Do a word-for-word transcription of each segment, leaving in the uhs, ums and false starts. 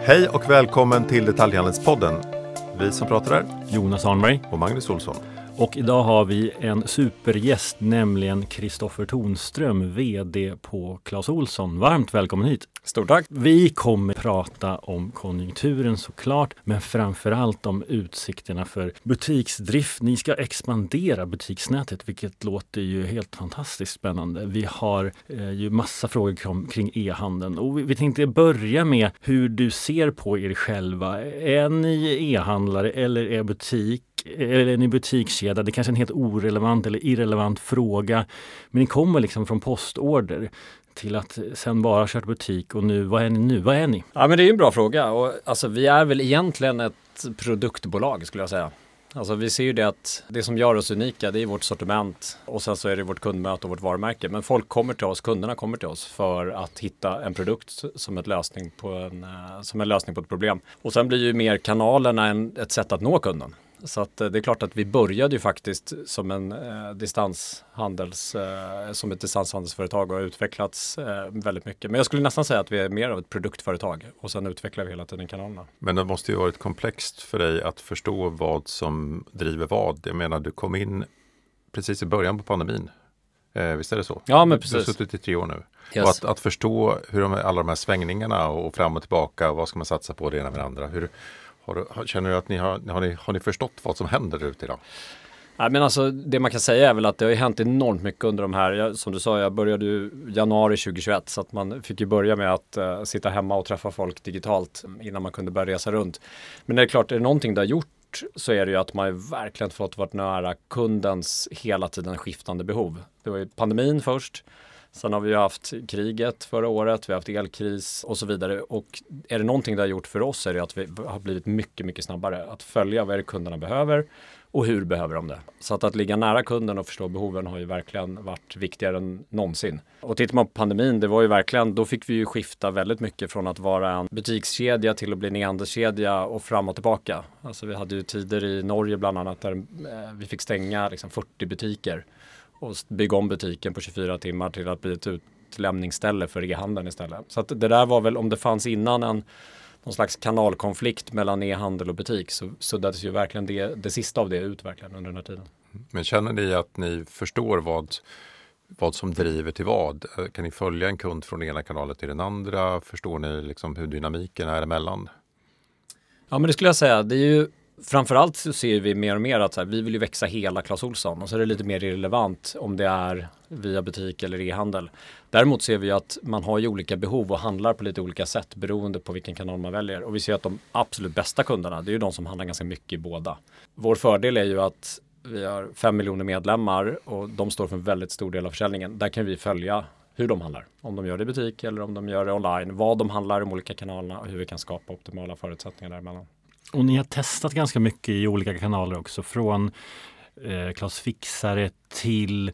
Hej och välkommen till Detaljhandelspodden. Vi som pratar är Jonas Arnberg och Magnus Olsson. Och idag har vi en supergäst, nämligen Kristoffer Tonström, vd på Clas Ohlson. Varmt välkommen hit. Stort tack. Vi kommer prata om konjunkturen såklart, men framförallt om utsikterna för butiksdrift. Ni ska expandera butiksnätet, vilket låter ju helt fantastiskt spännande. Vi har eh, ju massa frågor kring, kring e-handeln och vi, vi tänkte börja med hur du ser på er själva. Är ni e-handlare eller är butik? Eller är ni butikskedja? Det är kanske en helt orelevant eller irrelevant fråga. Men ni kommer liksom från postorder till att sen bara kört butik och nu, vad är ni nu? Vad är ni? Ja, men det är ju en bra fråga. Och, alltså, vi är väl egentligen ett produktbolag skulle jag säga. Alltså, vi ser ju det att det som gör oss unika, det är vårt sortiment och sen så är det vårt kundmöte och vårt varumärke. Men folk kommer till oss, kunderna kommer till oss för att hitta en produkt som, ett lösning på en, som en lösning på ett problem. Och sen blir ju mer kanalerna en, ett sätt att nå kunden. Så att det är klart att vi började ju faktiskt som en eh, distanshandels, eh, som ett distanshandelsföretag och har utvecklats eh, väldigt mycket. Men jag skulle nästan säga att vi är mer av ett produktföretag och sen utvecklar vi hela tiden kanalerna. Men det måste ju varit komplext för dig att förstå vad som driver vad. Jag menar, du kom in precis i början på pandemin. Eh, visst är det så? Ja, men precis. Du har suttit i tre år nu. Yes. Och att, att förstå hur de, alla de här svängningarna och fram och tillbaka, och vad ska man satsa på det ena med det andra? Hur... Har, känner du att ni har, har, ni, har ni förstått vad som händer där ute idag? Nej, men alltså, det man kan säga är väl att det har ju hänt enormt mycket under de här. Jag, som du sa, jag började ju januari tjugohundratjugoett så att man fick ju börja med att uh, sitta hemma och träffa folk digitalt innan man kunde börja resa runt. Men det är klart, är det någonting det har gjort så är det ju att man har verkligen fått vara nära kundens hela tiden skiftande behov. Det var ju pandemin först. Sen har vi ju haft kriget förra året, vi har haft elkris och så vidare. Och är det någonting det har gjort för oss är det att vi har blivit mycket, mycket snabbare. Att följa vad är det kunderna behöver och hur behöver de det. Så att, att ligga nära kunden och förstå behoven har ju verkligen varit viktigare än någonsin. Och tittar man på pandemin, det var ju verkligen, då fick vi ju skifta väldigt mycket från att vara en butikskedja till att bli en e-handelskedja och fram och tillbaka. Alltså vi hade ju tider i Norge bland annat där eh, vi fick stänga liksom fyrtio butiker. Och bygga om butiken på tjugofyra timmar till att bli ett utlämningsställe för e-handeln istället. Så att det där var väl, om det fanns innan en någon slags kanalkonflikt mellan e-handel och butik så suddades ju verkligen det, det sista av det ut verkligen under den här tiden. Men känner ni att ni förstår vad, vad som driver till vad? Kan ni följa en kund från den ena kanalen till den andra? Förstår ni liksom hur dynamiken är emellan? Ja, men det skulle jag säga. Det är ju framförallt så ser vi mer och mer att så här, vi vill ju växa hela Clas Ohlson och så är det lite mer irrelevant om det är via butik eller e-handel. Däremot ser vi att man har ju olika behov och handlar på lite olika sätt beroende på vilken kanal man väljer. Och vi ser att de absolut bästa kunderna, det är ju de som handlar ganska mycket i båda. Vår fördel är ju att vi har fem miljoner medlemmar och de står för en väldigt stor del av försäljningen. Där kan vi följa hur de handlar. Om de gör det i butik eller om de gör det online. Vad de handlar i de olika kanalerna och hur vi kan skapa optimala förutsättningar däremellan. Och ni har testat ganska mycket i olika kanaler också. Från eh, Clas Fixare till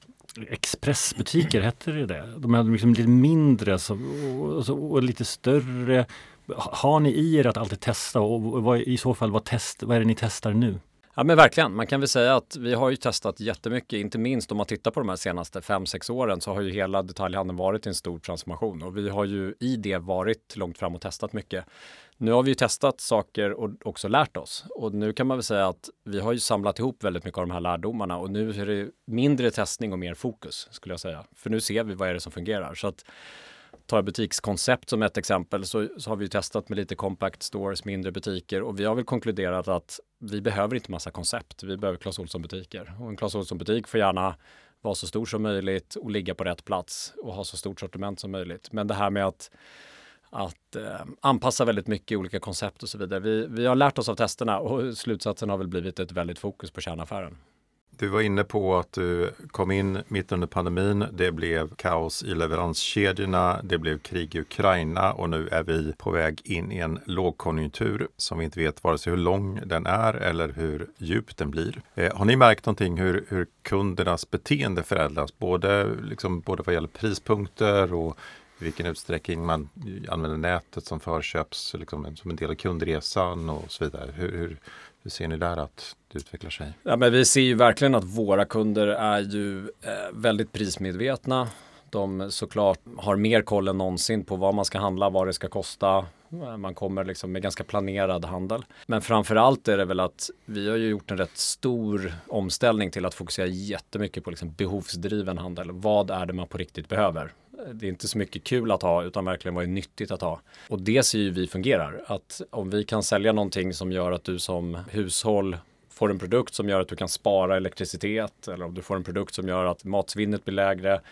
expressbutiker, hette det det? De är liksom lite mindre så, och, och, och lite större. Har ni i er att alltid testa? Och vad, i så fall, vad, test, vad är det ni testar nu? Ja, men verkligen. Man kan väl säga att vi har ju testat jättemycket, inte minst om man tittar på de här senaste fem sex åren så har ju hela detaljhandeln varit en stor transformation och vi har ju i det varit långt fram och testat mycket. Nu har vi ju testat saker och också lärt oss och nu kan man väl säga att vi har ju samlat ihop väldigt mycket av de här lärdomarna och nu är det mindre testning och mer fokus skulle jag säga. För nu ser vi vad är det som fungerar så att tar butikskoncept som ett exempel så, så har vi ju testat med lite compact stores, mindre butiker och vi har väl konkluderat att vi behöver inte massa koncept. Vi behöver Clas Ohlson-butiker. Och en Clas Ohlson-butik får gärna vara så stor som möjligt och ligga på rätt plats och ha så stort sortiment som möjligt. Men det här med att, att eh, anpassa väldigt mycket olika koncept och så vidare. Vi, vi har lärt oss av testerna och slutsatsen har väl blivit ett väldigt fokus på kärnaffären. Du var inne på att du kom in mitt under pandemin. Det blev kaos i leveranskedjorna. Det blev krig i Ukraina och nu är vi på väg in i en lågkonjunktur som vi inte vet vare sig hur lång den är eller hur djup den blir. Eh, har ni märkt någonting hur, hur kundernas beteende förändras? Både, liksom, både vad gäller prispunkter och i vilken utsträckning man använder nätet som förköps liksom, som en del av kundresan och så vidare. Hur, hur, hur ser ni där att det utvecklar sig? Ja, men vi ser ju verkligen att våra kunder är ju eh, väldigt prismedvetna. De såklart har mer koll än någonsin på vad man ska handla, vad det ska kosta. Man kommer liksom med ganska planerad handel. Men framförallt är det väl att vi har ju gjort en rätt stor omställning till att fokusera jättemycket på liksom behovsdriven handel. Vad är det man på riktigt behöver? Det är inte så mycket kul att ha utan verkligen vad är nyttigt att ha. Och det ser ju vi fungerar. Att om vi kan sälja någonting som gör att du som hushåll får en produkt som gör att du kan spara elektricitet eller om du får en produkt som gör att matsvinnet blir lägre,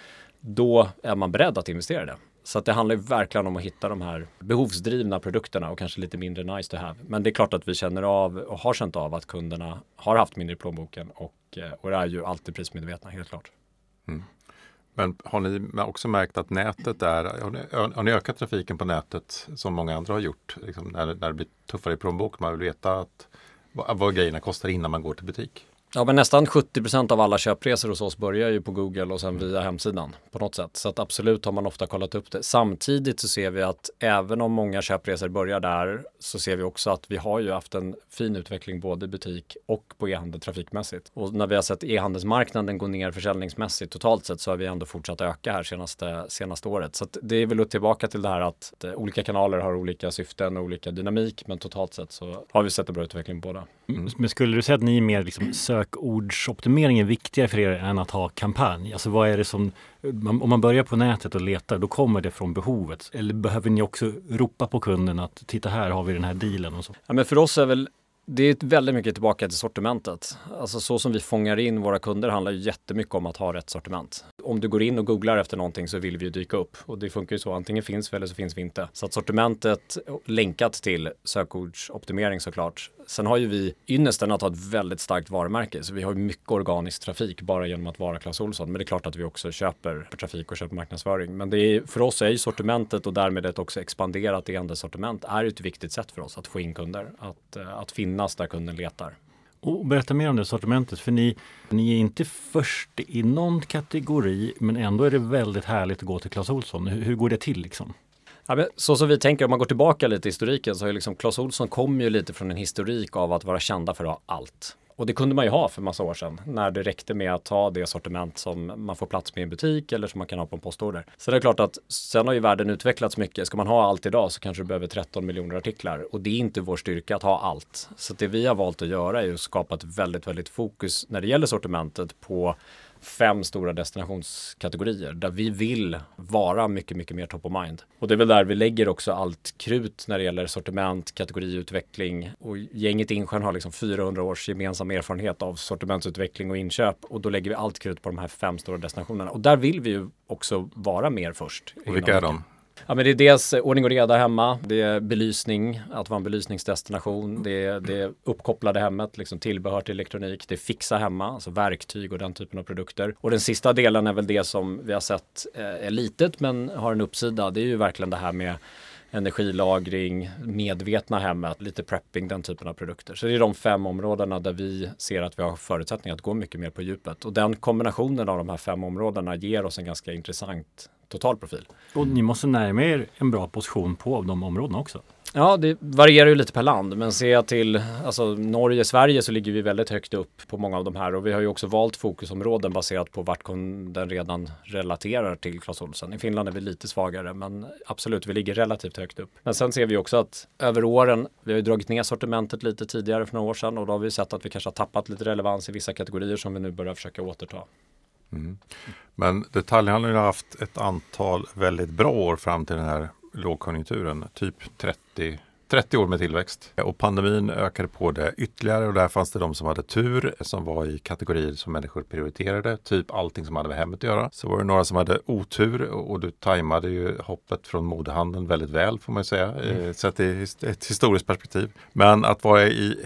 då är man beredd att investera i det. Så att det handlar ju verkligen om att hitta de här behovsdrivna produkterna och kanske lite mindre nice to have. Men det är klart att vi känner av och har känt av att kunderna har haft mindre i plånboken och, och det är ju alltid prismedvetna, helt klart. Mm. Men har ni också märkt att nätet är, har ni, har ni ökat trafiken på nätet som många andra har gjort? Liksom när, när det blir tuffare i plånboken, man vill veta att, vad, vad grejerna kostar innan man går till butik. Ja, men nästan sjuttio procent av alla köpresor hos oss börjar ju på Google och sen via hemsidan på något sätt. Så att absolut har man ofta kollat upp det. Samtidigt så ser vi att även om många köpresor börjar där så ser vi också att vi har ju haft en fin utveckling både i butik och på e-handel trafikmässigt. Och när vi har sett e-handelsmarknaden gå ner försäljningsmässigt totalt sett så har vi ändå fortsatt öka här senaste, senaste året. Så att det är väl tillbaka till det här att det, olika kanaler har olika syften och olika dynamik, men totalt sett så har vi sett en bra utveckling på båda. Mm. Men skulle du säga att ni är mer liksom sökordsoptimering är viktigare för er än att ha kampanj? Alltså vad är det som, om man börjar på nätet och letar, då kommer det från behovet. Eller behöver ni också ropa på kunden att titta här har vi den här dealen och så? Ja, men för oss är väl det är väldigt mycket tillbaka till sortimentet. Alltså så som vi fångar in våra kunder handlar ju jättemycket om att ha rätt sortiment. Om du går in och googlar efter någonting så vill vi ju dyka upp. Och det funkar ju så, antingen finns vi eller så finns vi inte. Så att sortimentet länkat till sökordsoptimering såklart. Sen har ju vi ynnesten att ha ett väldigt starkt varumärke. Så vi har ju mycket organisk trafik bara genom att vara Clas Ohlson. Men det är klart att vi också köper trafik och köper marknadsföring. Men det är, för oss är ju sortimentet och därmed ett också expanderat e-handelssortiment är ett viktigt sätt för oss att få in kunder. Att, att finnas där kunden letar. Och berätta mer om det sortimentet, för ni, ni är inte först i någon kategori, men ändå är det väldigt härligt att gå till Clas Ohlson. Hur, hur går det till liksom? Ja, men så som vi tänker, om man går tillbaka lite i historiken så är liksom Clas Ohlson kommer ju lite från en historik av att vara kända för att ha allt. Och det kunde man ju ha för massa år sedan när det räckte med att ha det sortiment som man får plats med i en butik eller som man kan ha på en postorder. Så det är klart att sen har ju världen utvecklats mycket. Ska man ha allt idag så kanske du behöver tretton miljoner artiklar och det är inte vår styrka att ha allt. Så det vi har valt att göra är att skapa ett väldigt, väldigt fokus när det gäller sortimentet på fem stora destinationskategorier där vi vill vara mycket, mycket mer top of mind. Och det är väl där vi lägger också allt krut när det gäller sortiment, kategoriutveckling. Och gänget Insjön har liksom fyrahundra års gemensam erfarenhet av sortimentsutveckling och inköp. Och då lägger vi allt krut på de här fem stora destinationerna. Och där vill vi ju också vara mer först. Och vilka är de? Ja, men det är dels ordning och reda hemma, det är belysning, att vara en belysningsdestination, det är, det är uppkopplade hemmet, liksom tillbehör till elektronik, det är fixa hemma, alltså verktyg och den typen av produkter. Och den sista delen är väl det som vi har sett är litet men har en uppsida, det är ju verkligen det här med energilagring, medvetna hemmet, lite prepping, den typen av produkter. Så det är de fem områdena där vi ser att vi har förutsättningar att gå mycket mer på djupet. Och den kombinationen av de här fem områdena ger oss en ganska intressant totalprofil. Och ni måste närma er en bra position på de områdena också. Ja, det varierar ju lite per land, men ser jag till alltså, Norge, Sverige så ligger vi väldigt högt upp på många av de här och vi har ju också valt fokusområden baserat på vart kunden redan relaterar till Clas Ohlson. I Finland är vi lite svagare, men absolut, vi ligger relativt högt upp. Men sen ser vi också att över åren, vi har ju dragit ner sortimentet lite tidigare för några år sedan och då har vi sett att vi kanske har tappat lite relevans i vissa kategorier som vi nu börjar försöka återta. Mm. Men detaljhandeln har haft ett antal väldigt bra år fram till den här lågkonjunkturen, typ trettio, trettio år med tillväxt. Och pandemin ökade på det ytterligare och där fanns det de som hade tur, som var i kategorier som människor prioriterade, typ allting som hade med hemmet att göra. Så var det några som hade otur och du tajmade ju hoppet från modehandeln väldigt väl får man ju säga, mm. sett i ett historiskt perspektiv. Men att vara i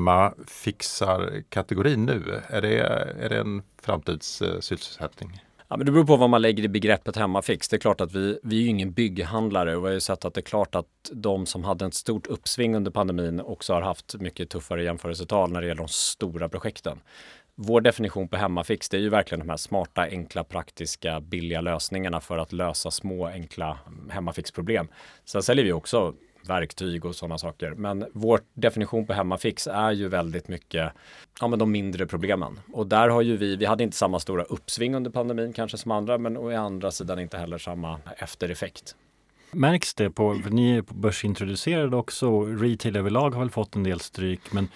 hemmafixar-kategorin nu, är det, är det en framtidssysselsättning? Ja, men det beror på vad man lägger i begreppet hemmafix. Det är klart att vi, vi är ju ingen bygghandlare och vi har ju sett att det är klart att de som hade ett stort uppsving under pandemin också har haft mycket tuffare jämförelsetal när det gäller de stora projekten. Vår definition på hemmafix, det är ju verkligen de här smarta, enkla, praktiska, billiga lösningarna för att lösa små, enkla hemmafixproblem. Sen säljer vi också verktyg och sådana saker. Men vår definition på hemmafix är ju väldigt mycket ja, men de mindre problemen. Och där har ju vi, vi hade inte samma stora uppsving under pandemin kanske som andra, men å andra sidan inte heller samma eftereffekt. Märks det på, för ni är börsintroducerade också, retail överlag har väl fått en del stryk, men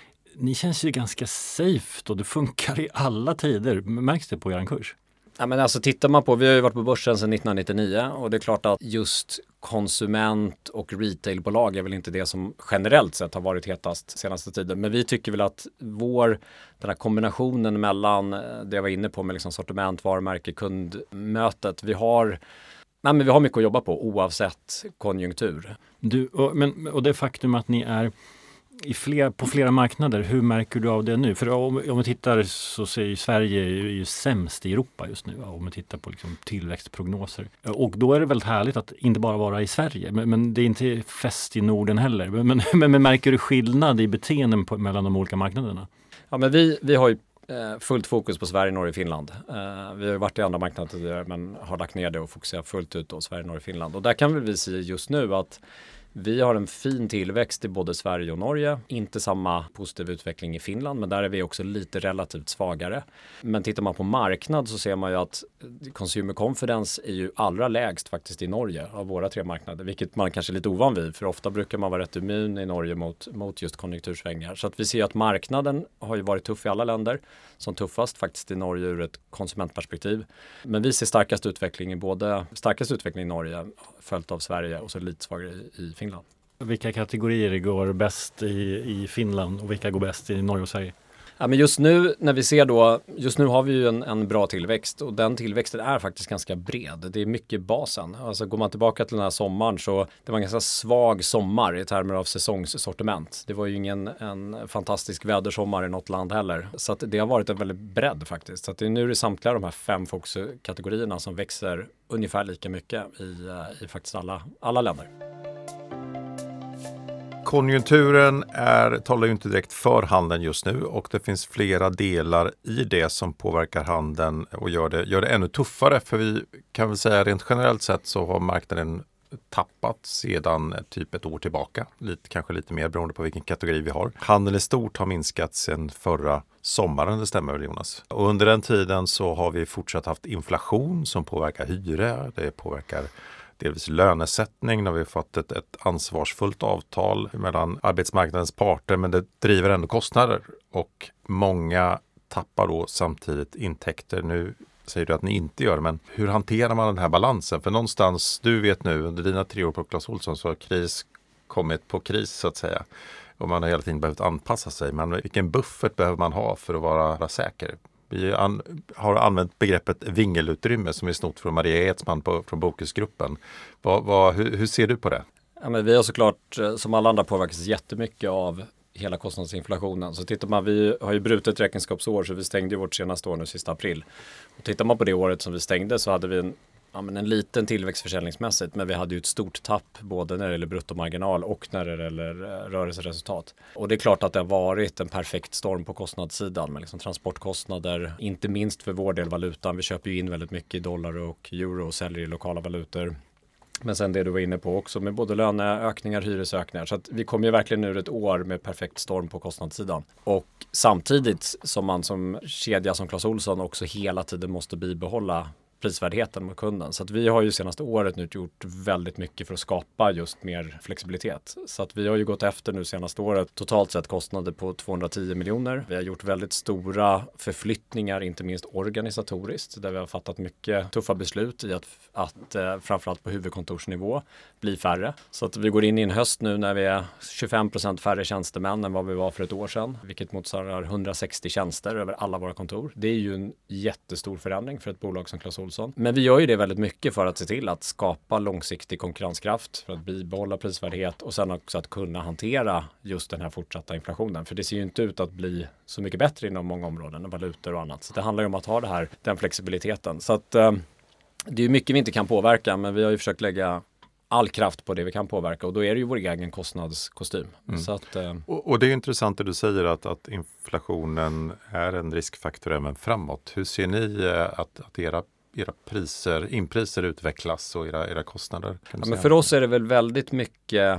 ni känns ju ganska safe och det funkar i alla tider. Märks det på er kurs? Ja, men alltså tittar man på, vi har ju varit på börsen sedan nittonhundranittionio och det är klart att just konsument- och retailbolag är väl inte det som generellt sett har varit hetast senaste tiden. Men vi tycker väl att vår, den här kombinationen mellan det jag var inne på med liksom sortiment, varumärke, kundmötet, vi har Nej, men vi har mycket att jobba på oavsett konjunktur. Du, och, men, och det faktum att ni är i fler, på flera marknader, hur märker du av det nu? För om, om vi tittar så ser ju Sverige är ju sämst i Europa just nu, om vi tittar på liksom tillväxtprognoser. Och då är det väldigt härligt att inte bara vara i Sverige, men, men det är inte fest i Norden heller. Men, men, men märker du skillnad i beteenden på, mellan de olika marknaderna? Ja, men vi, vi har ju fullt fokus på Sverige, Norge och Finland. Vi har varit i andra marknader tidigare men har lagt ner det och fokuserat fullt ut på Sverige, Norge och Finland. Och där kan vi se just nu att vi har en fin tillväxt i både Sverige och Norge. Inte samma positiv utveckling i Finland, men där är vi också lite relativt svagare. Men tittar man på marknad så ser man ju att consumer confidence är ju allra lägst faktiskt i Norge av våra tre marknader. Vilket man kanske är lite ovan vid, för ofta brukar man vara rätt immun i Norge mot, mot just konjunktursvängningar. Så att vi ser att marknaden har ju varit tuff i alla länder. Som tuffast faktiskt i Norge ur ett konsumentperspektiv. Men vi ser starkast utveckling i både starkast utveckling i Norge följt av Sverige och så lite svagare i, i Finland. Vilka kategorier går bäst i, i Finland och vilka går bäst i Norge och Sverige? Ja, men just nu när vi ser då, just nu har vi ju en, en bra tillväxt och den tillväxten är faktiskt ganska bred. Det är mycket basen. Alltså går man tillbaka till den här sommaren så det var en ganska svag sommar i termer av säsongssortiment. Det var ju ingen en fantastisk vädersommar i något land heller. Så att det har varit en väldigt bredd faktiskt. Så att det är nu det samtliga de här fem fokuskategorierna som växer ungefär lika mycket i, i faktiskt alla, alla länder. Konjunkturen är, talar ju inte direkt för handeln just nu och det finns flera delar i det som påverkar handeln och gör det, gör det ännu tuffare. För vi kan väl säga rent generellt sett så har marknaden tappat sedan typ ett år tillbaka. Lite, kanske lite mer beroende på vilken kategori vi har. Handeln i stort har minskat sedan förra sommaren, det stämmer väl Jonas? Och under den tiden så har vi fortsatt haft inflation som påverkar hyror, det påverkar delvis lönesättning när vi har fått ett, ett ansvarsfullt avtal mellan arbetsmarknadens parter, men det driver ändå kostnader och många tappar då samtidigt intäkter. Nu säger du att ni inte gör det, men hur hanterar man den här balansen? För någonstans, du vet nu under dina tre år på Clas Ohlson så har kris kommit på kris så att säga och man har hela tiden behövt anpassa sig. Men vilken buffert behöver man ha för att vara säker? Vi an, har använt begreppet vingelutrymme som är snott från Maria Edsman på, från Bokusgruppen. Vad, vad, hur, hur ser du på det? Ja, men vi har såklart, som alla andra, påverkats jättemycket av hela kostnadsinflationen. Så tittar man, vi har ju brutit räkenskapsår så vi stängde ju vårt senaste år nu sista april. Och tittar man på det året som vi stängde så hade vi en Ja, men en liten tillväxt försäljningsmässigt, men vi hade ju ett stort tapp både när det gäller bruttomarginal och när det gäller rörelseresultat. Och det är klart att det har varit en perfekt storm på kostnadssidan med liksom transportkostnader, inte minst för vår del valutan. Vi köper ju in väldigt mycket i dollar och euro och säljer i lokala valutor. Men sen det du var inne på också med både löneökningar, hyresökningar. Så att vi kommer ju verkligen ur ett år med perfekt storm på kostnadssidan. Och samtidigt som man som kedja som Clas Ohlson också hela tiden måste bibehålla prisvärdheten mot kunden. Så att vi har ju senaste året nu gjort väldigt mycket för att skapa just mer flexibilitet. Så att vi har ju gått efter nu senaste året totalt sett kostnader på tvåhundratio miljoner. Vi har gjort väldigt stora förflyttningar, inte minst organisatoriskt, där vi har fattat mycket tuffa beslut i att, att eh, framförallt på huvudkontorsnivå bli färre. Så att vi går in i en höst nu när vi är tjugofem procent färre tjänstemän än vad vi var för ett år sedan, vilket motsvarar hundrasextio tjänster över alla våra kontor. Det är ju en jättestor förändring för ett bolag som Clas Ohlson. Men vi gör ju det väldigt mycket för att se till att skapa långsiktig konkurrenskraft, för att bibehålla prisvärdhet och sen också att kunna hantera just den här fortsatta inflationen. För det ser ju inte ut att bli så mycket bättre inom många områden, valutor och annat. Så det handlar ju om att ha det här, den flexibiliteten. Så att eh, det är mycket vi inte kan påverka, men vi har ju försökt lägga all kraft på det vi kan påverka och då är det ju vår egen kostnadskostym. Mm. Så att, eh... och, och det är intressant det du säger att, att inflationen är en riskfaktor även framåt. Hur ser ni att, att era era priser, inpriser utvecklas och era, era kostnader? Ja, men för oss är det väl väldigt mycket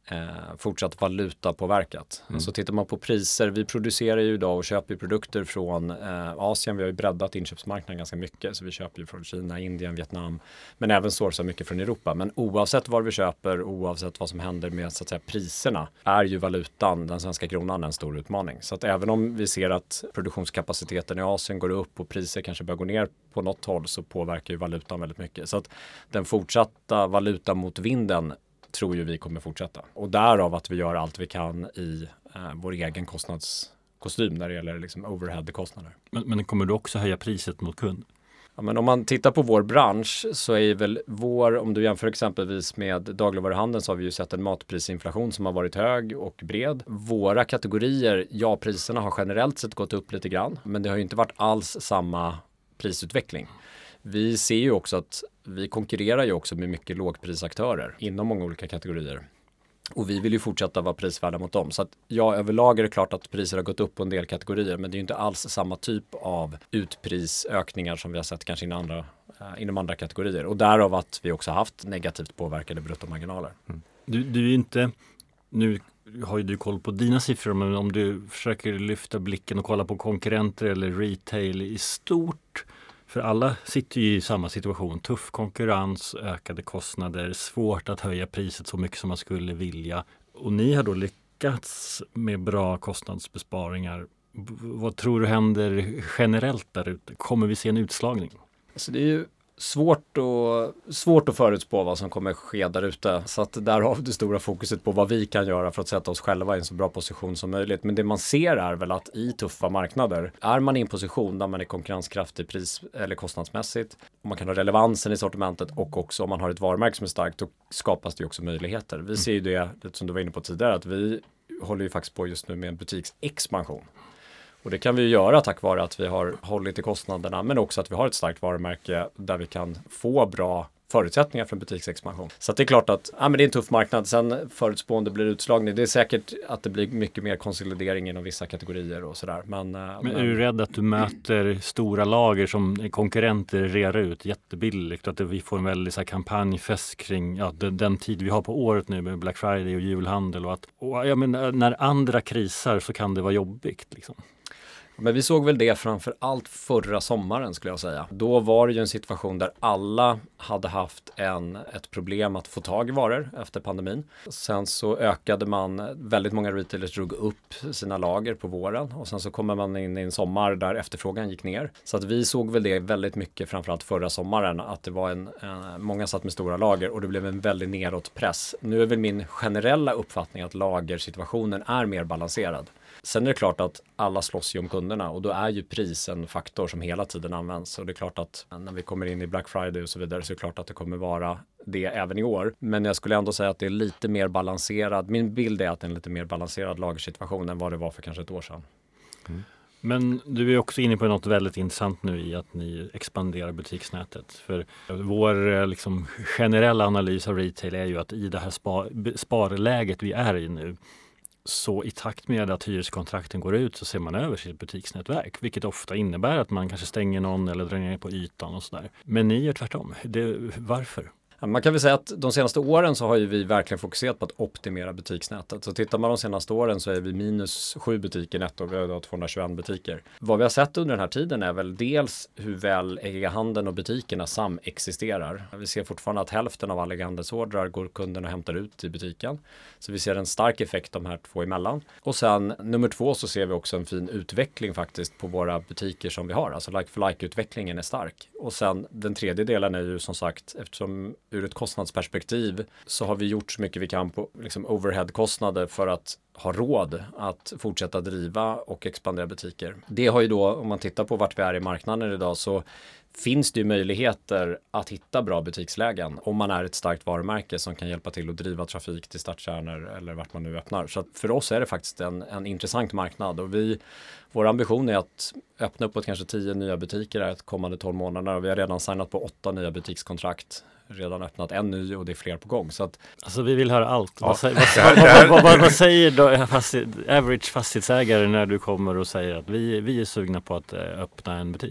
eh, fortsatt valutapåverkat. Mm. Så tittar man på priser, vi producerar ju idag och köper produkter från eh, Asien. Vi har ju breddat inköpsmarknaden ganska mycket, så vi köper ju från Kina, Indien, Vietnam, men även sourcar mycket från Europa. Men oavsett vad vi köper, oavsett vad som händer med så att säga, priserna, är ju valutan, den svenska kronan, en stor utmaning. Så att även om vi ser att produktionskapaciteten i Asien går upp och priser kanske börjar gå ner på något håll, så påverkar ju valutan väldigt mycket. Så att den fortsatta valuta mot vinden tror ju vi kommer fortsätta. Och därav att vi gör allt vi kan i eh, vår egen kostnadskostym när det gäller liksom overhead-kostnader. Men, men kommer du också höja priset mot kund? Ja, men om man tittar på vår bransch så är väl vår, om du jämför exempelvis med dagligvaruhandeln, så har vi ju sett en matprisinflation som har varit hög och bred. Våra kategorier, ja, priserna har generellt sett gått upp lite grann, men det har ju inte varit alls samma prisutveckling. Vi ser ju också att vi konkurrerar ju också med mycket lågprisaktörer inom många olika kategorier. Och vi vill ju fortsätta vara prisvärda mot dem. Så att ja, överlag är det klart att priser har gått upp på en del kategorier, men det är ju inte alls samma typ av utprisökningar som vi har sett kanske inom andra, eh, inom andra kategorier. Och därav att vi också haft negativt påverkade bruttomarginaler. Mm. Du, du är inte, nu har ju du koll på dina siffror, men om du försöker lyfta blicken och kolla på konkurrenter eller retail i stort. För alla sitter ju i samma situation. Tuff konkurrens, ökade kostnader, svårt att höja priset så mycket som man skulle vilja. Och ni har då lyckats med bra kostnadsbesparingar. B- vad tror du händer generellt där ute? Kommer vi se en utslagning? Alltså det är ju svårt, och, svårt att förutspå vad som kommer ske där ute. Så att där har vi det stora fokuset på vad vi kan göra för att sätta oss själva i en så bra position som möjligt. Men det man ser är väl att i tuffa marknader är man i en position där man är konkurrenskraftig pris- eller kostnadsmässigt. Och man kan ha relevansen i sortimentet, och också om man har ett varumärke som är starkt, då skapas det ju också möjligheter. Vi ser ju det, det som du var inne på tidigare, att vi håller ju faktiskt på just nu med en butiksexpansion. Och det kan vi göra tack vare att vi har hållit i kostnaderna, men också att vi har ett starkt varumärke där vi kan få bra förutsättningar för en butiksexpansion. Så att det är klart att ja, men det är en tuff marknad. Sen förutspående blir utslagning. Det är säkert att det blir mycket mer konsolidering inom vissa kategorier och sådär. Men, men är du rädd att du möter stora lager som konkurrenter rear ut jättebilligt? Att vi får en väldig så här, kampanjfest kring ja, den, den tid vi har på året nu med Black Friday och julhandel. Och att, och, ja, men, när andra krisar så kan det vara jobbigt liksom. Men vi såg väl det framför allt förra sommaren skulle jag säga. Då var det ju en situation där alla hade haft en, ett problem att få tag i varor efter pandemin. Sen så ökade man, väldigt många retailers drog upp sina lager på våren, och sen så kommer man in i en sommar där efterfrågan gick ner. Så att vi såg väl det väldigt mycket framförallt förra sommaren, att det var en, en många satt med stora lager och det blev en väldigt nedåtpress. Nu är väl min generella uppfattning att lagersituationen är mer balanserad. Sen är det klart att alla slåss ju om kunderna, och då är ju pris en faktor som hela tiden används. Och det är klart att när vi kommer in i Black Friday och så vidare, så är det klart att det kommer vara det även i år. Men jag skulle ändå säga att det är lite mer balanserad. Min bild är att det är en lite mer balanserad lagersituation än vad det var för kanske ett år sedan. Mm. Men du är också inne på något väldigt intressant nu i att ni expanderar butiksnätet. För vår liksom, generella analys av retail är ju att i det här spar- sparläget vi är i nu, så i takt med att hyreskontrakten går ut så ser man över sitt butiksnätverk, vilket ofta innebär att man kanske stänger någon eller drar ner på ytan och sådär. Men ni gör tvärtom. Det, varför? Man kan väl säga att de senaste åren så har ju vi verkligen fokuserat på att optimera butiksnätet. Så tittar man de senaste åren så är vi minus sju butiker netto, vi har tvåhundratjugoett butiker. Vad vi har sett under den här tiden är väl dels hur väl e-handeln och butikerna samexisterar. Vi ser fortfarande att hälften av alla e-handelsordrar går kunden och hämtar ut i butiken. Så vi ser en stark effekt de här två emellan. Och sen nummer två så ser vi också en fin utveckling faktiskt på våra butiker som vi har. Alltså like-for-like-utvecklingen är stark. Och sen den tredje delen är ju som sagt, eftersom ur ett kostnadsperspektiv så har vi gjort så mycket vi kan på liksom overhead-kostnader för att ha råd att fortsätta driva och expandera butiker. Det har ju då, om man tittar på vart vi är i marknaden idag, så finns det ju möjligheter att hitta bra butikslägen om man är ett starkt varumärke som kan hjälpa till att driva trafik till stadskärnor eller vart man nu öppnar. Så att för oss är det faktiskt en, en intressant marknad, och vi, vår ambition är att öppna upp på kanske tio nya butiker de kommande tolv månaderna, och vi har redan signat på åtta nya butikskontrakt. Redan öppnat en ny och det är fler på gång. Så att, alltså vi vill höra allt. Ja. Vad, säger, vad, vad, vad, vad, vad säger då fastighet, average fastighetsägare när du kommer och säger att vi, vi är sugna på att öppna en butik?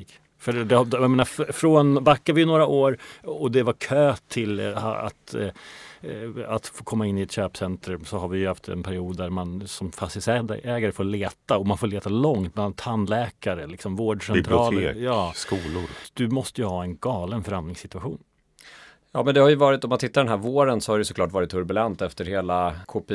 För det, jag menar, från backar vi några år och det var kö till att, att få komma in i ett köpcenter, så har vi ju haft en period där man som fastighetsägare får leta, och man får leta långt bland tandläkare, liksom vårdcentraler. Bibliotek, ja. skolor. Du måste ju ha en galen förhandlingssituation. Ja, men det har ju varit, om man tittar den här våren så har det såklart varit turbulent efter hela K P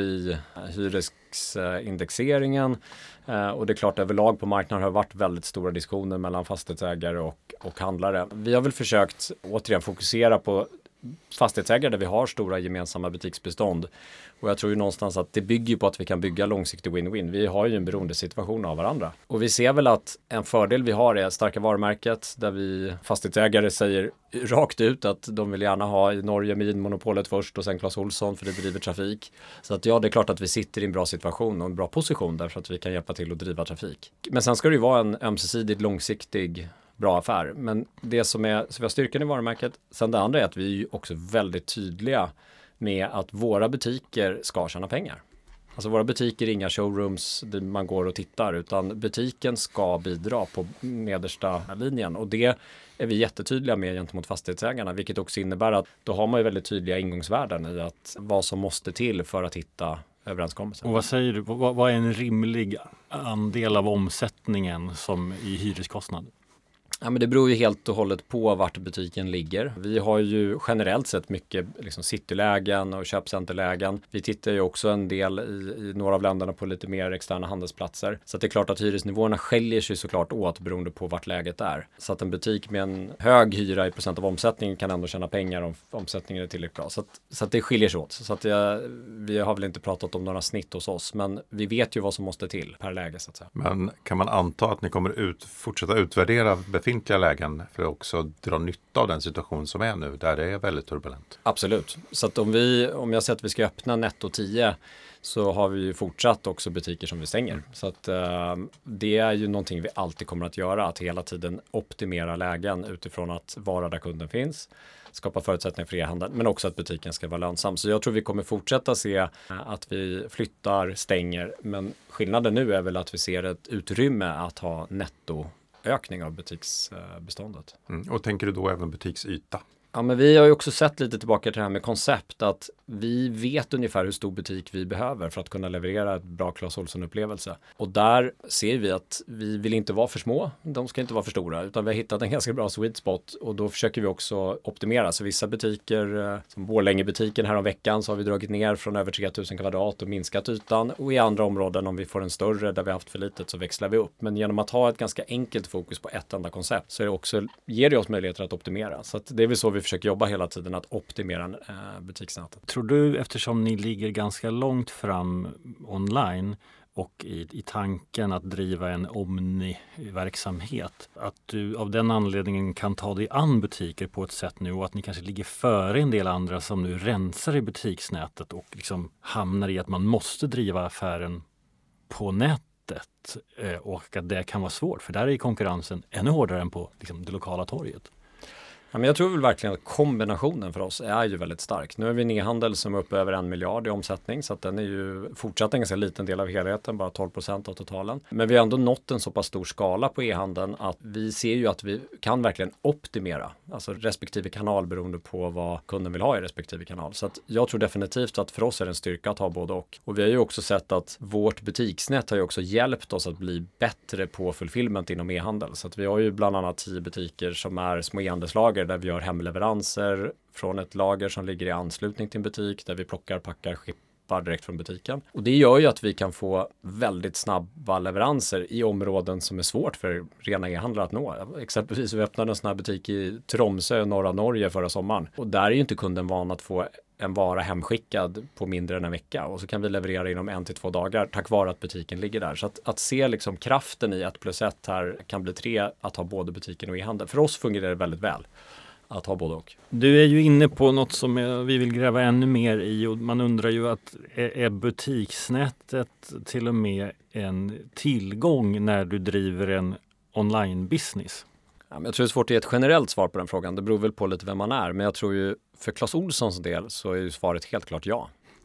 I-hyresindexeringen. Eh, och det är klart överlag på marknaden har varit väldigt stora diskussioner mellan fastighetsägare och, och handlare. Vi har väl försökt återigen fokusera på fastighetsägare där vi har stora gemensamma butiksbestånd. Och jag tror ju någonstans att det bygger på att vi kan bygga långsiktig win-win. Vi har ju en beroendesituation av varandra. Och vi ser väl att en fördel vi har är starka varumärket, där vi fastighetsägare säger rakt ut att de vill gärna ha i Norge Vinmonopolet först och sen Clas Ohlson, för det driver trafik. Så att ja, det är klart att vi sitter i en bra situation och en bra position därför att vi kan hjälpa till att driva trafik. Men sen ska det ju vara en ömsesidigt långsiktig bra affär. Men det som är, så vi har styrkan i varumärket. Sen det andra är att vi är ju också väldigt tydliga med att våra butiker ska tjäna pengar. Alltså våra butiker är inga showrooms där man går och tittar, utan butiken ska bidra på nedersta linjen. Och det är vi jättetydliga med gentemot fastighetsägarna, vilket också innebär att då har man ju väldigt tydliga ingångsvärden i att vad som måste till för att hitta överenskommelser. Och vad säger du, vad, vad är en rimlig andel av omsättningen som i hyreskostnad? Ja, men det beror ju helt och hållet på vart butiken ligger. Vi har ju generellt sett mycket liksom citylägen och köpcenterlägen. Vi tittar ju också en del i, i några av länderna på lite mer externa handelsplatser. Så att det är klart att hyresnivåerna skiljer sig såklart åt beroende på vart läget är. Så att en butik med en hög hyra i procent av omsättningen kan ändå tjäna pengar om omsättningen är tillräckligt bra. Så att, så att det skiljer sig åt. Så att jag, vi har väl inte pratat om några snitt hos oss, men vi vet ju vad som måste till per läge så att säga. Men kan man anta att ni kommer ut, fortsätta utvärdera befintliga lägen för att också dra nytta av den situation som är nu, där det är väldigt turbulent? Absolut. Så att om, vi, om jag säger att vi ska öppna netto tio, så har vi ju fortsatt också butiker som vi stänger. Mm. Så att uh, det är ju någonting vi alltid kommer att göra, att hela tiden optimera lägen utifrån att vara där kunden finns, skapa förutsättningar för e-handel, men också att butiken ska vara lönsam. Så jag tror vi kommer fortsätta se uh, att vi flyttar, stänger, men skillnaden nu är väl att vi ser ett utrymme att ha netto ökning av butiksbeståndet. Mm. Och tänker du då även butiksyta? Ja, men vi har ju också sett lite tillbaka till det här med koncept, att vi vet ungefär hur stor butik vi behöver för att kunna leverera ett bra Clas Ohlson-upplevelse. Och där ser vi att vi vill inte vara för små, de ska inte vara för stora, utan vi har hittat en ganska bra sweet spot, och då försöker vi också optimera. Så vissa butiker, som Borlänge-butiken här om veckan, så har vi dragit ner från över tre tusen kvadrat och minskat ytan, och i andra områden, om vi får en större där vi har haft för litet, så växlar vi upp. Men genom att ha ett ganska enkelt fokus på ett enda koncept, så är det också, ger det oss möjligheter att optimera. Så att det är väl så vi försöker jobba hela tiden, att optimera eh, butiksnätet. Tror du, eftersom ni ligger ganska långt fram online och i, i tanken att driva en omni-verksamhet, att du av den anledningen kan ta dig an butiker på ett sätt nu, och att ni kanske ligger före en del andra som nu rensar i butiksnätet och liksom hamnar i att man måste driva affären på nätet, eh, och att det kan vara svårt, för där är konkurrensen ännu hårdare än på liksom, det lokala torget? Ja, men jag tror väl verkligen att kombinationen för oss är ju väldigt stark. Nu är vi en e-handel som är uppe över en miljard i omsättning, så att den är ju fortsatt en ganska liten del av helheten, bara tolv procent av totalen. Men vi har ändå nått en så pass stor skala på e-handeln att vi ser ju att vi kan verkligen optimera, alltså respektive kanal beroende på vad kunden vill ha i respektive kanal. Så att jag tror definitivt att för oss är det en styrka att ha både och. Och vi har ju också sett att vårt butiksnät har ju också hjälpt oss att bli bättre på fulfillment inom e-handel. Så att vi har ju bland annat tio butiker som är små e-handelslager, där vi gör hemleveranser från ett lager som ligger i anslutning till en butik, där vi plockar, packar, skippar direkt från butiken. Och det gör ju att vi kan få väldigt snabba leveranser i områden som är svårt för rena e-handlare att nå. Exempelvis vi öppnade en sån här butik i Tromsö, norra Norge, förra sommaren. Och där är ju inte kunden van att få en vara hemskickad på mindre än en vecka, och så kan vi leverera inom en till två dagar tack vare att butiken ligger där. Så att, att se liksom kraften i ett plus ett här kan bli tre, att ha både butiken och e-handel. För oss fungerar det väldigt väl att ha både och. Du är ju inne på något som vi vill gräva ännu mer i, och man undrar ju att är butiksnätet till och med en tillgång när du driver en online-business? Ja, men jag tror det är svårt att ge ett generellt svar på den frågan. Det beror väl på lite vem man är. Men jag tror ju för Clas Ohlsons del så är ju svaret helt klart ja.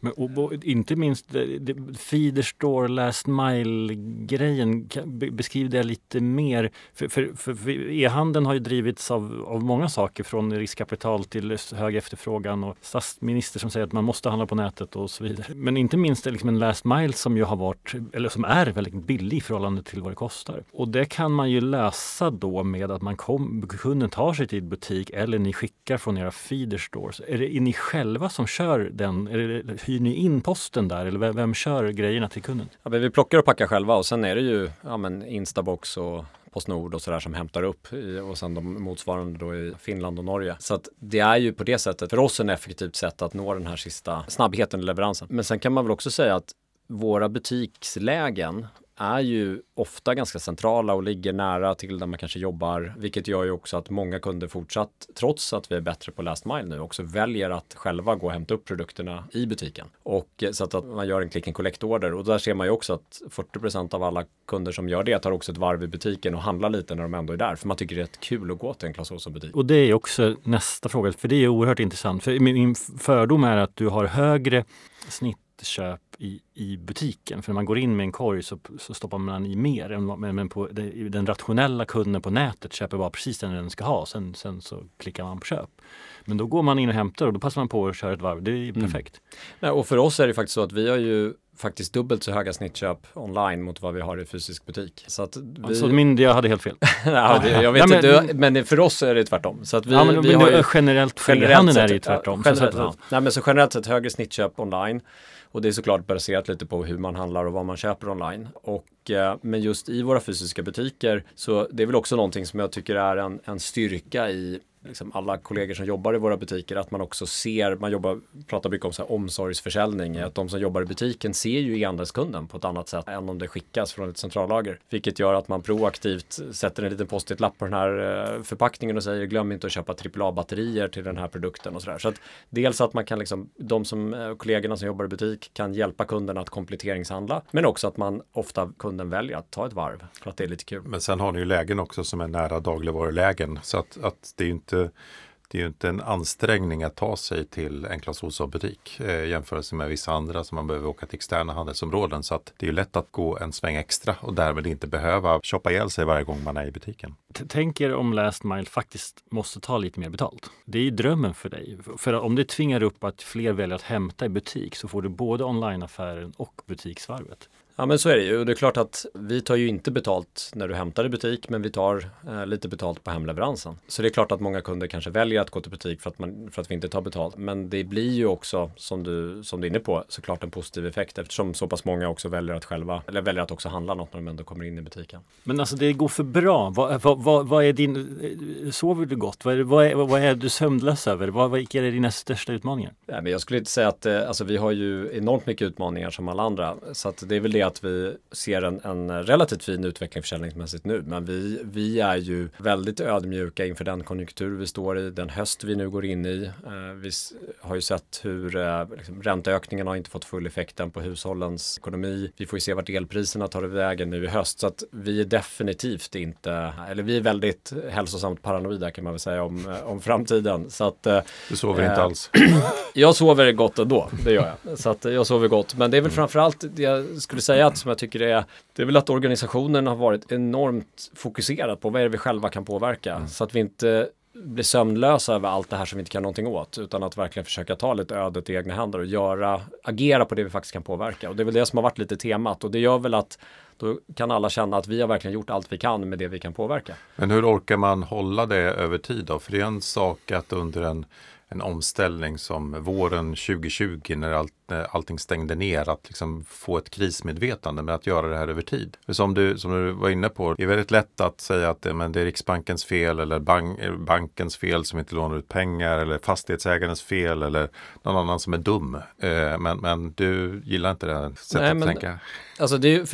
Men, och, och, inte minst feeder store last mile-grejen, beskriv det lite mer. För, för, för, för e-handeln har ju drivits av, av många saker, från riskkapital till hög efterfrågan och statsminister som säger att man måste handla på nätet och så vidare. Men inte minst är liksom en last mile som ju har varit, eller som är väldigt billig i förhållande till vad det kostar. Och det kan man ju lösa då med att man kom, kunden tar sig till butik eller ni skickar från era feeder stores. Är det är ni själva som kör den? Är det, hyr ni in posten där eller vem, vem kör grejerna till kunden? Ja, vi plockar och packar själva och sen är det ju ja, men Instabox och Postnord och sådär som hämtar upp i, och sen de motsvarande då i Finland och Norge. Så att det är ju på det sättet för oss en effektivt sätt att nå den här sista snabbheten i leveransen. Men sen kan man väl också säga att våra butikslägen är ju ofta ganska centrala och ligger nära till där man kanske jobbar, vilket gör ju också att många kunder fortsatt, trots att vi är bättre på last mile nu, också väljer att själva gå och hämta upp produkterna i butiken. Och så att, att man gör en click and collect order, och där ser man ju också att fyrtio procent av alla kunder som gör det tar också ett varv i butiken och handlar lite när de ändå är där, för man tycker det är kul att gå till en Clas Ohlson-butik. Och det är också nästa fråga, för det är oerhört intressant. För min fördom är att du har högre snittköp i, i butiken. För när man går in med en korg så, så stoppar man i mer. Än, men, men på, det, den rationella kunden på nätet köper bara precis den den ska ha. Sen, sen så klickar man på köp. Men då går man in och hämtar och då passar man på att köra ett varv. Det är ju perfekt. Mm. Nej, och för oss är det faktiskt så att vi har ju faktiskt dubbelt så höga snittköp online mot vad vi har i fysisk butik. Så att vi... Alltså min, jag hade helt fel. ja, det, jag vet inte, ja, men... men för oss är det tvärtom. Så att vi, ja, men, vi men har ju... generellt för handeln är det ju tvärtom. Ja, generellt, så, nej, men så generellt sett högre snittköp online. Och det är såklart baserat lite på hur man handlar och vad man köper online. Och, eh, men just i våra fysiska butiker så det är väl också någonting som jag tycker är en, en styrka i liksom alla kollegor som jobbar i våra butiker, att man också ser, man jobbar, pratar mycket om så här omsorgsförsäljning, att de som jobbar i butiken ser ju e-handelskunden på ett annat sätt än om det skickas från ett centrallager. Vilket gör att man proaktivt sätter en liten post-it-lapp på den här förpackningen och säger glöm inte att köpa trippel A-batterier till den här produkten och sådär. Så att dels att man kan liksom, de som kollegorna som jobbar i butik kan hjälpa kunden att kompletteringshandla, men också att man ofta kunden väljer att ta ett varv för att det är lite kul. Men sen har ni ju lägen också som är nära dagligvarulägen, så att, att det är ju inte Det är ju inte en ansträngning att ta sig till en Clas Ohlson-butik eh, jämfört med vissa andra som man behöver åka till externa handelsområden. Så att det är ju lätt att gå en sväng extra och därmed inte behöva shoppa ihjäl sig varje gång man är i butiken. Tänk er om last mile faktiskt måste ta lite mer betalt. Det är ju drömmen för dig. För om det tvingar upp att fler väljer att hämta i butik så får du både onlineaffären och butiksvarvet. Ja, men så är det ju. Och det är klart att vi tar ju inte betalt när du hämtar i butik, men vi tar eh, lite betalt på hemleveransen. Så det är klart att många kunder kanske väljer att gå till butik för att, man, för att vi inte tar betalt. Men det blir ju också, som du, som du är inne på, såklart en positiv effekt eftersom så pass många också väljer att själva, eller väljer att också handla något när de ändå kommer in i butiken. Men alltså det går för bra. Vad, vad, vad, vad är din, sover du gott? Vad är, vad är, vad är du sömnlös över? Vad, vad är dina största utmaningar? Ja, men jag skulle inte säga att eh, alltså, vi har ju enormt mycket utmaningar som alla andra. Så att det är väl det att vi ser en, en relativt fin utveckling försäljningsmässigt nu, men vi, vi är ju väldigt ödmjuka inför den konjunktur vi står i, den höst vi nu går in i. Eh, vi har ju sett hur eh, liksom, ränteökningen har inte fått full effekten på hushållens ekonomi. Vi får ju se vart elpriserna tar vägen nu i höst, så att vi är definitivt inte, eller vi är väldigt hälsosamt paranoida kan man väl säga om, om framtiden. Så att, eh, du sover eh, inte alls? Jag sover gott ändå, det gör jag. Så att jag sover gott, men det är väl framförallt det jag skulle säga att som jag tycker det är, det är väl att organisationen har varit enormt fokuserad på vad är det vi själva kan påverka. Mm. Så att vi inte blir sömnlösa över allt det här som vi inte kan någonting åt, utan att verkligen försöka ta lite ödet i egna händer och göra, agera på det vi faktiskt kan påverka. Och det är väl det som har varit lite temat, och det gör väl att då kan alla känna att vi har verkligen gjort allt vi kan med det vi kan påverka. Men hur orkar man hålla det över tid då? För det är en sak att under en en omställning som våren tjugo tjugo när allt, allting stängde ner, att liksom få ett krismedvetande med att göra det här över tid. För som du, som du var inne på, det är väldigt lätt att säga att det, men det är Riksbankens fel eller bank, bankens fel som inte lånar ut pengar eller fastighetsägarens fel eller någon annan som är dum. Eh, men, men du gillar inte det här sättet Nej, men, att tänka? Alltså det är, för det är klart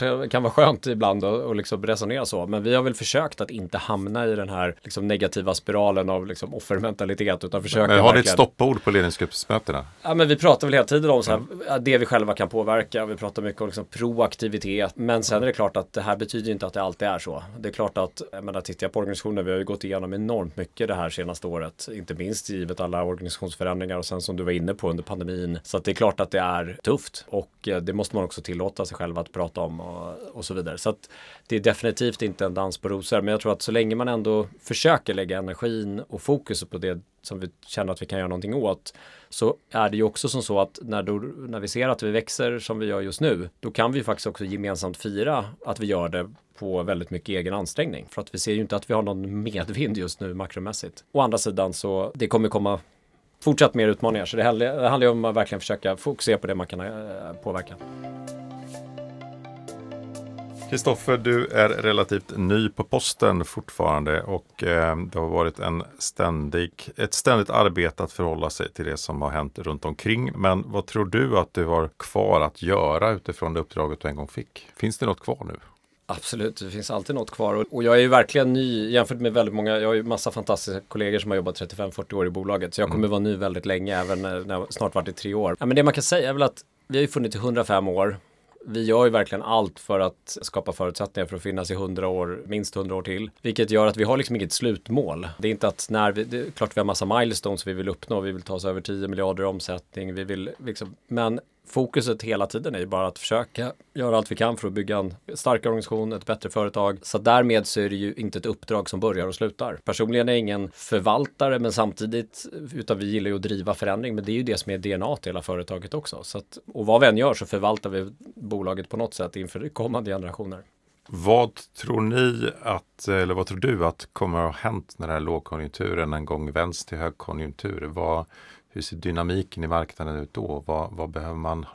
det kan vara skönt ibland att och liksom resonera så. Men vi har väl försökt att inte hamna i den här liksom negativa spiralen av liksom offermentalitet. Utan försöka men har verkligen... ni ett stoppord på ledningsgruppsmötena? Ja, men vi pratar väl hela tiden om så här, det vi själva kan påverka. Vi pratar mycket om liksom proaktivitet. Men sen är det klart att det här betyder inte att det alltid är så. Det är klart att, jag menar, tittar jag på organisationen, vi har ju gått igenom enormt mycket det här senaste året. Inte minst givet alla organisationsförändringar och sen som du var inne på under pandemin. Så att det är klart att det är tufft. Och det måste man också tillåta sig själv att prata om och, och så vidare. Så att det är definitivt inte en dans på rosor. Men jag tror att så länge man ändå försöker lägga energin och fokus på det som vi känner att vi kan göra någonting åt, så är det ju också som så att när, då, när vi ser att vi växer som vi gör just nu, då kan vi faktiskt också gemensamt fira att vi gör det på väldigt mycket egen ansträngning. För att vi ser ju inte att vi har någon medvind just nu makromässigt. Å andra sidan så det kommer komma fortsatt mer utmaningar. Så det handlar, det handlar ju om att verkligen försöka fokusera på det man kan äh, påverka. Kristoffer, du är relativt ny på posten fortfarande och eh, det har varit en ständig, ett ständigt arbete att förhålla sig till det som har hänt runt omkring. Men vad tror du att du har kvar att göra utifrån det uppdraget du en gång fick? Finns det något kvar nu? Absolut, det finns alltid något kvar. Och jag är ju verkligen ny jämfört med väldigt många. Jag har ju massa fantastiska kollegor som har jobbat trettiofem till fyrtio år i bolaget. Så jag kommer mm. vara ny väldigt länge, även när jag snart varit i tre år. Ja, men det man kan säga är väl att vi har ju funnits i hundrafem år. Vi gör ju verkligen allt för att skapa förutsättningar för att finnas i hundra år, minst hundra år till. Vilket gör att vi har liksom inget slutmål. Det är inte att när vi, det är klart vi har massa milestones vi vill uppnå. Vi vill ta oss över tio miljarder i omsättning. Vi vill liksom, men fokuset hela tiden är ju bara att försöka göra allt vi kan för att bygga en starkare organisation, ett bättre företag. Så därmed så är det ju inte ett uppdrag som börjar och slutar. Personligen är jag ingen förvaltare, men samtidigt, utan vi gillar ju att driva förändring. Men det är ju det som är D N A till hela företaget också. Så att, och vad vi än gör så förvaltar vi bolaget på något sätt inför kommande generationer. Vad tror ni att, eller vad tror du att kommer att ha hänt när den här lågkonjunkturen en gång vänds till högkonjunktur? Vad, hur ser dynamiken i marknaden ut då? Vad, vad behöver man,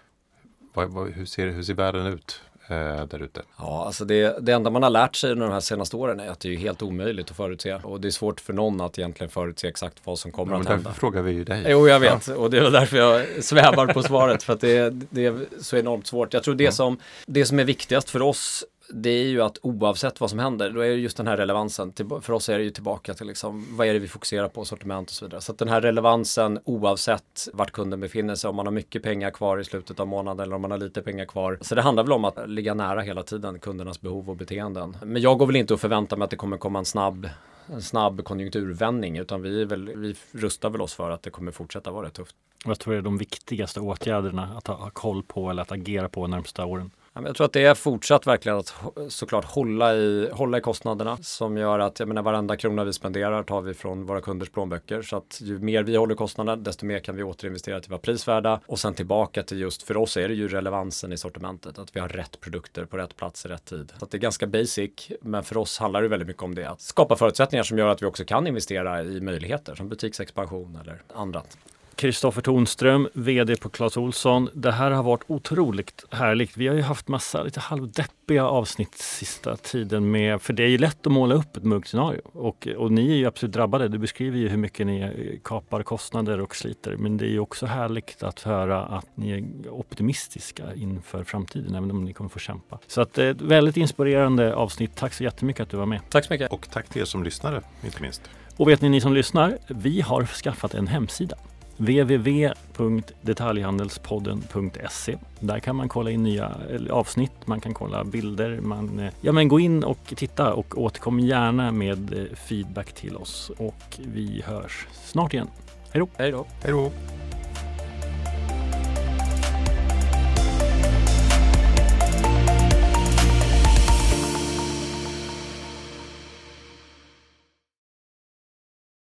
vad, vad, hur, ser, hur ser världen ut eh, där ute? Ja, alltså det, det enda man har lärt sig under de här senaste åren är att det är helt omöjligt att förutse. Och det är svårt för någon att egentligen förutse exakt vad som kommer ja, att men hända. Därför frågar vi ju dig. Jo, jag vet. Ja. Och det är därför jag svävar på svaret. För att det, det är så enormt svårt. Jag tror det, ja. som, det som är viktigast för oss, det är ju att oavsett vad som händer, då är det just den här relevansen. För oss är det ju tillbaka till liksom, vad är det vi fokuserar på, sortiment och så vidare. Så att den här relevansen oavsett vart kunden befinner sig, om man har mycket pengar kvar i slutet av månaden eller om man har lite pengar kvar. Så det handlar väl om att ligga nära hela tiden kundernas behov och beteenden. Men jag går väl inte att förvänta mig att det kommer komma en snabb, en snabb konjunkturvändning, utan vi, är väl, vi rustar väl oss för att det kommer fortsätta vara tufft. Vad tror du är de viktigaste åtgärderna att ha koll på eller att agera på närmsta åren? Jag tror att det är fortsatt verkligen att såklart hålla i, hålla i kostnaderna som gör att jag menar, varenda krona vi spenderar tar vi från våra kunders plånböcker. Så att ju mer vi håller kostnaderna, desto mer kan vi återinvestera till vara prisvärda. Och sen tillbaka till just, för oss är det ju relevansen i sortimentet. Att vi har rätt produkter på rätt plats i rätt tid. Så att det är ganska basic, men för oss handlar det väldigt mycket om det. Att skapa förutsättningar som gör att vi också kan investera i möjligheter som butiksexpansion eller annat. Kristoffer Tonström, vd på Clas Ohlson. Det här har varit otroligt härligt. Vi har ju haft massa lite halvdeppiga avsnitt sista tiden med, för det är ju lätt att måla upp ett muggscenario. Och, och ni är ju absolut drabbade. Du beskriver ju hur mycket ni kapar kostnader och sliter. Men det är ju också härligt att höra att ni är optimistiska inför framtiden, även om ni kommer få kämpa. Så att ett väldigt inspirerande avsnitt. Tack så jättemycket att du var med. Tack så mycket. Och tack till er som lyssnade, inte minst. Och vet ni, ni som lyssnar, vi har skaffat en hemsida. w w w punkt detaljhandelspodden punkt se. Där kan man kolla in nya avsnitt, man kan kolla bilder, man, ja men gå in och titta och återkom gärna med feedback till oss och vi hörs snart igen. Hej då! Hej då! Hej då!